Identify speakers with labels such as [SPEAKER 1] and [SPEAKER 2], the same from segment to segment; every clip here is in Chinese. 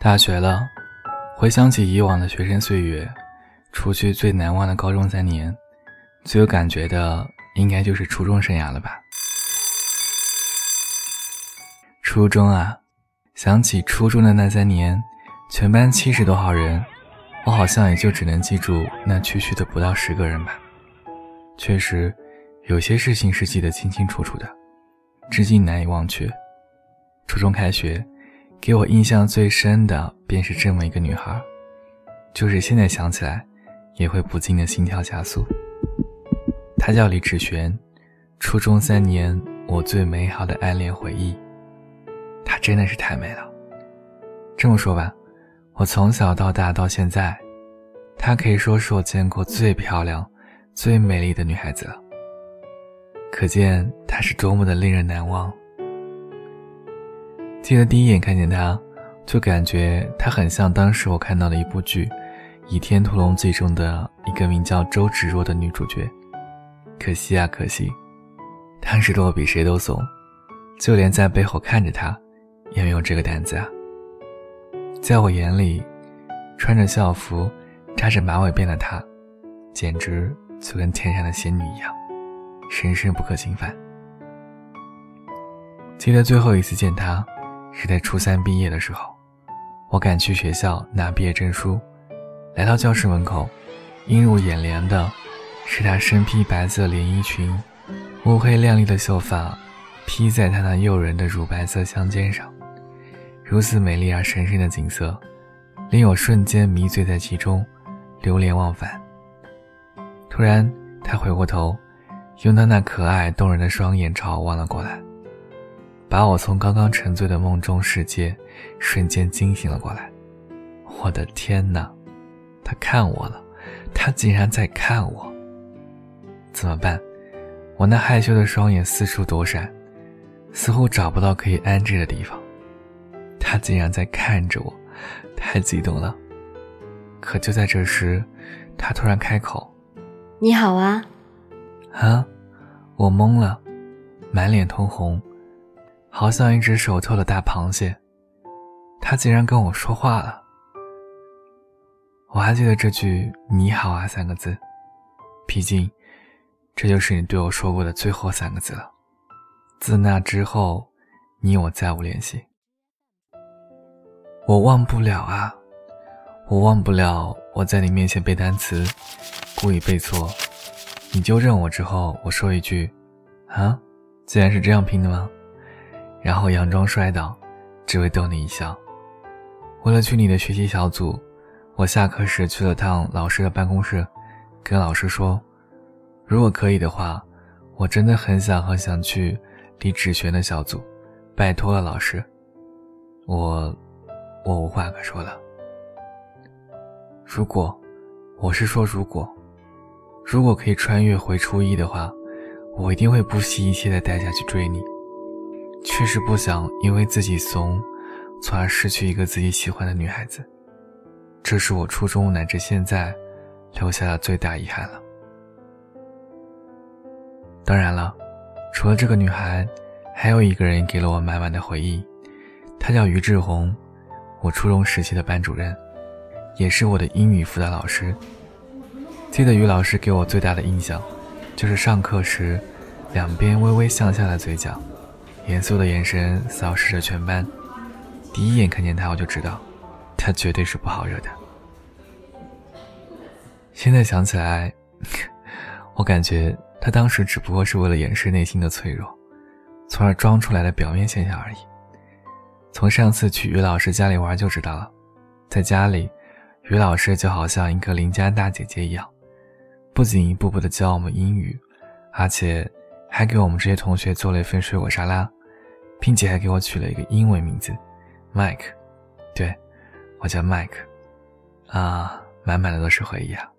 [SPEAKER 1] 大学了，回想起以往的学生岁月，除去最难忘的高中3年，最有感觉的应该就是初中生涯了吧。初中啊，想起初中的那3年，全班70多号人，我好像也就只能记住那区区的不到10个人吧。确实，有些事情是记得清清楚楚的，至今难以忘却。初中开学，给我印象最深的便是这么一个女孩，就是现在想起来也会不禁的心跳加速。她叫李芷璇，初中3年我最美好的暗恋回忆。她真的是太美了。这么说吧，我从小到大到现在，她可以说是我见过最漂亮最美丽的女孩子了，可见她是多么的令人难忘。记得第一眼看见她，就感觉她很像当时我看到的一部剧《倚天屠龙记》中的一个名叫周芷若的女主角。可惜啊可惜，当时的我比谁都怂，就连在背后看着她也没有这个胆子啊。在我眼里，穿着校服扎着马尾辫的她，简直就跟天上的仙女一样，神圣不可侵犯。记得最后一次见她是在初3毕业的时候，我赶去学校拿毕业证书，来到教室门口，映入眼帘的是她身披白色连衣裙，乌黑亮丽的秀发披在她那诱人的乳白色香肩上，如此美丽而神圣的景色，令我瞬间迷醉在其中，流连忘返。突然她回过头，用她那可爱动人的双眼朝我望了过来，把我从刚刚沉醉的梦中世界瞬间惊醒了过来。我的天哪，他看我了，他竟然在看我。怎么办？我那害羞的双眼四处躲闪，似乎找不到可以安置的地方。他竟然在看着我，太激动了。可就在这时，他突然开口：
[SPEAKER 2] 你好啊。
[SPEAKER 1] 啊？我懵了，满脸通红，好像一只手透的大螃蟹。他竟然跟我说话了。我还记得这句你好啊3个字，毕竟这就是你对我说过的最后3个字了。自那之后，你我再无联系。我忘不了啊，我忘不了我在你面前背单词，故意背错，你纠正我之后，我说一句啊，竟然是这样拼的吗？然后佯装摔倒，只为逗你一笑。为了去你的学习小组，我下课时去了趟老师的办公室，跟老师说，如果可以的话，我真的很想去李芷璇的小组，拜托了老师。我无话可说了。我是说如果可以穿越回初一的话，我一定会不惜一切的代价去追你。确实不想因为自己怂，从而失去一个自己喜欢的女孩子。这是我初中乃至现在留下的最大遗憾了。当然了，除了这个女孩，还有一个人给了我满满的回忆。她叫于志宏，我初中时期的班主任，也是我的英语辅导老师。记得于老师给我最大的印象，就是上课时两边微微向下的嘴角，严肃的眼神扫视着全班。第一眼看见他，我就知道他绝对是不好惹的。现在想起来，我感觉他当时只不过是为了掩饰内心的脆弱，从而装出来的表面现象而已。从上次去于老师家里玩就知道了，在家里，于老师就好像一个邻家大姐姐一样，不仅一步步地教我们英语，而且还给我们这些同学做了一份水果沙拉，并且还给我取了一个英文名字 Mike。 对，我叫 Mike 啊，满满的都是回忆啊。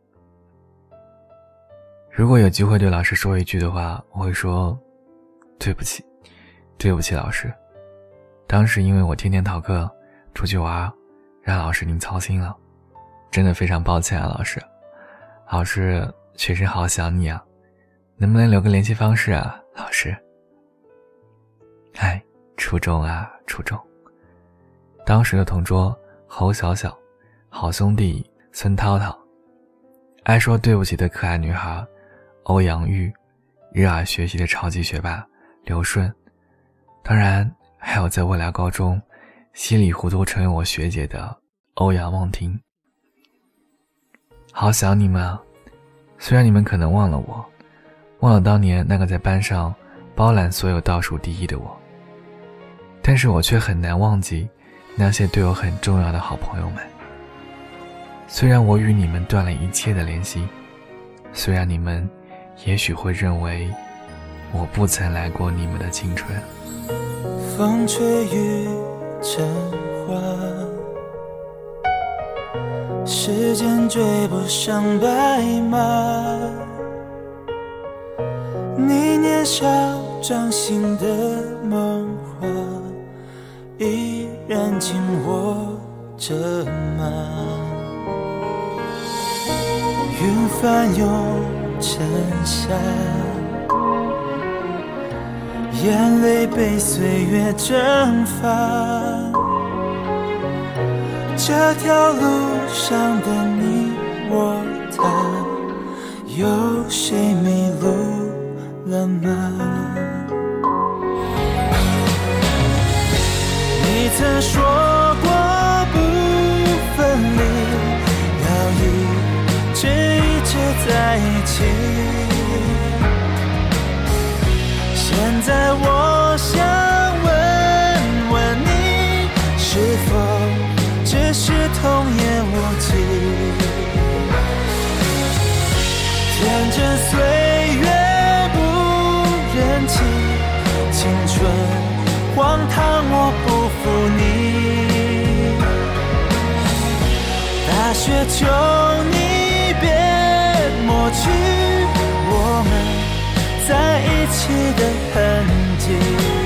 [SPEAKER 1] 如果有机会对老师说一句的话，我会说对不起老师，当时因为我天天逃课出去玩，让老师您操心了，真的非常抱歉啊老师确实好想你啊，能不能留个联系方式啊老师。初中啊初中，当时的同桌侯小小、好兄弟孙涛涛，爱说对不起的可爱女孩欧阳玉，热爱学习的超级学霸刘顺，当然还有在未来高中稀里糊涂成为我学姐的欧阳梦婷。好想你们啊！虽然你们可能忘了我，忘了当年那个在班上包揽所有倒数第一的我，但是我却很难忘记那些对我很重要的好朋友们。虽然我与你们断了一切的联系，虽然你们也许会认为我不曾来过你们的青春。
[SPEAKER 2] 风吹雨成花，时间追不上白马，你年少掌心的梦话依然紧握着吗？云翻涌成沙，眼泪被岁月蒸发，这条路上的你我他，有谁迷路了吗？你曾说过不分离，要一直在一起，现在我想问问你，是否只是童言无忌？天真岁月不忍欺，青春荒唐我不负你。大雪求你别抹去我们在一起的痕迹，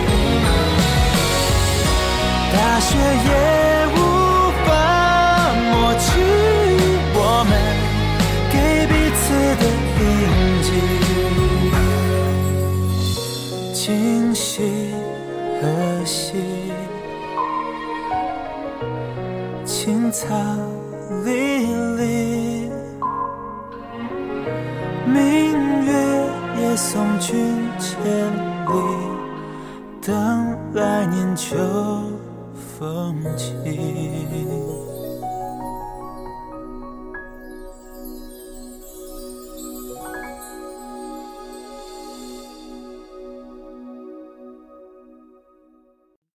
[SPEAKER 2] 大雪也无法抹去我们给彼此的印记。今夕何夕，青草离离，明月也送君千里，等来年秋风起。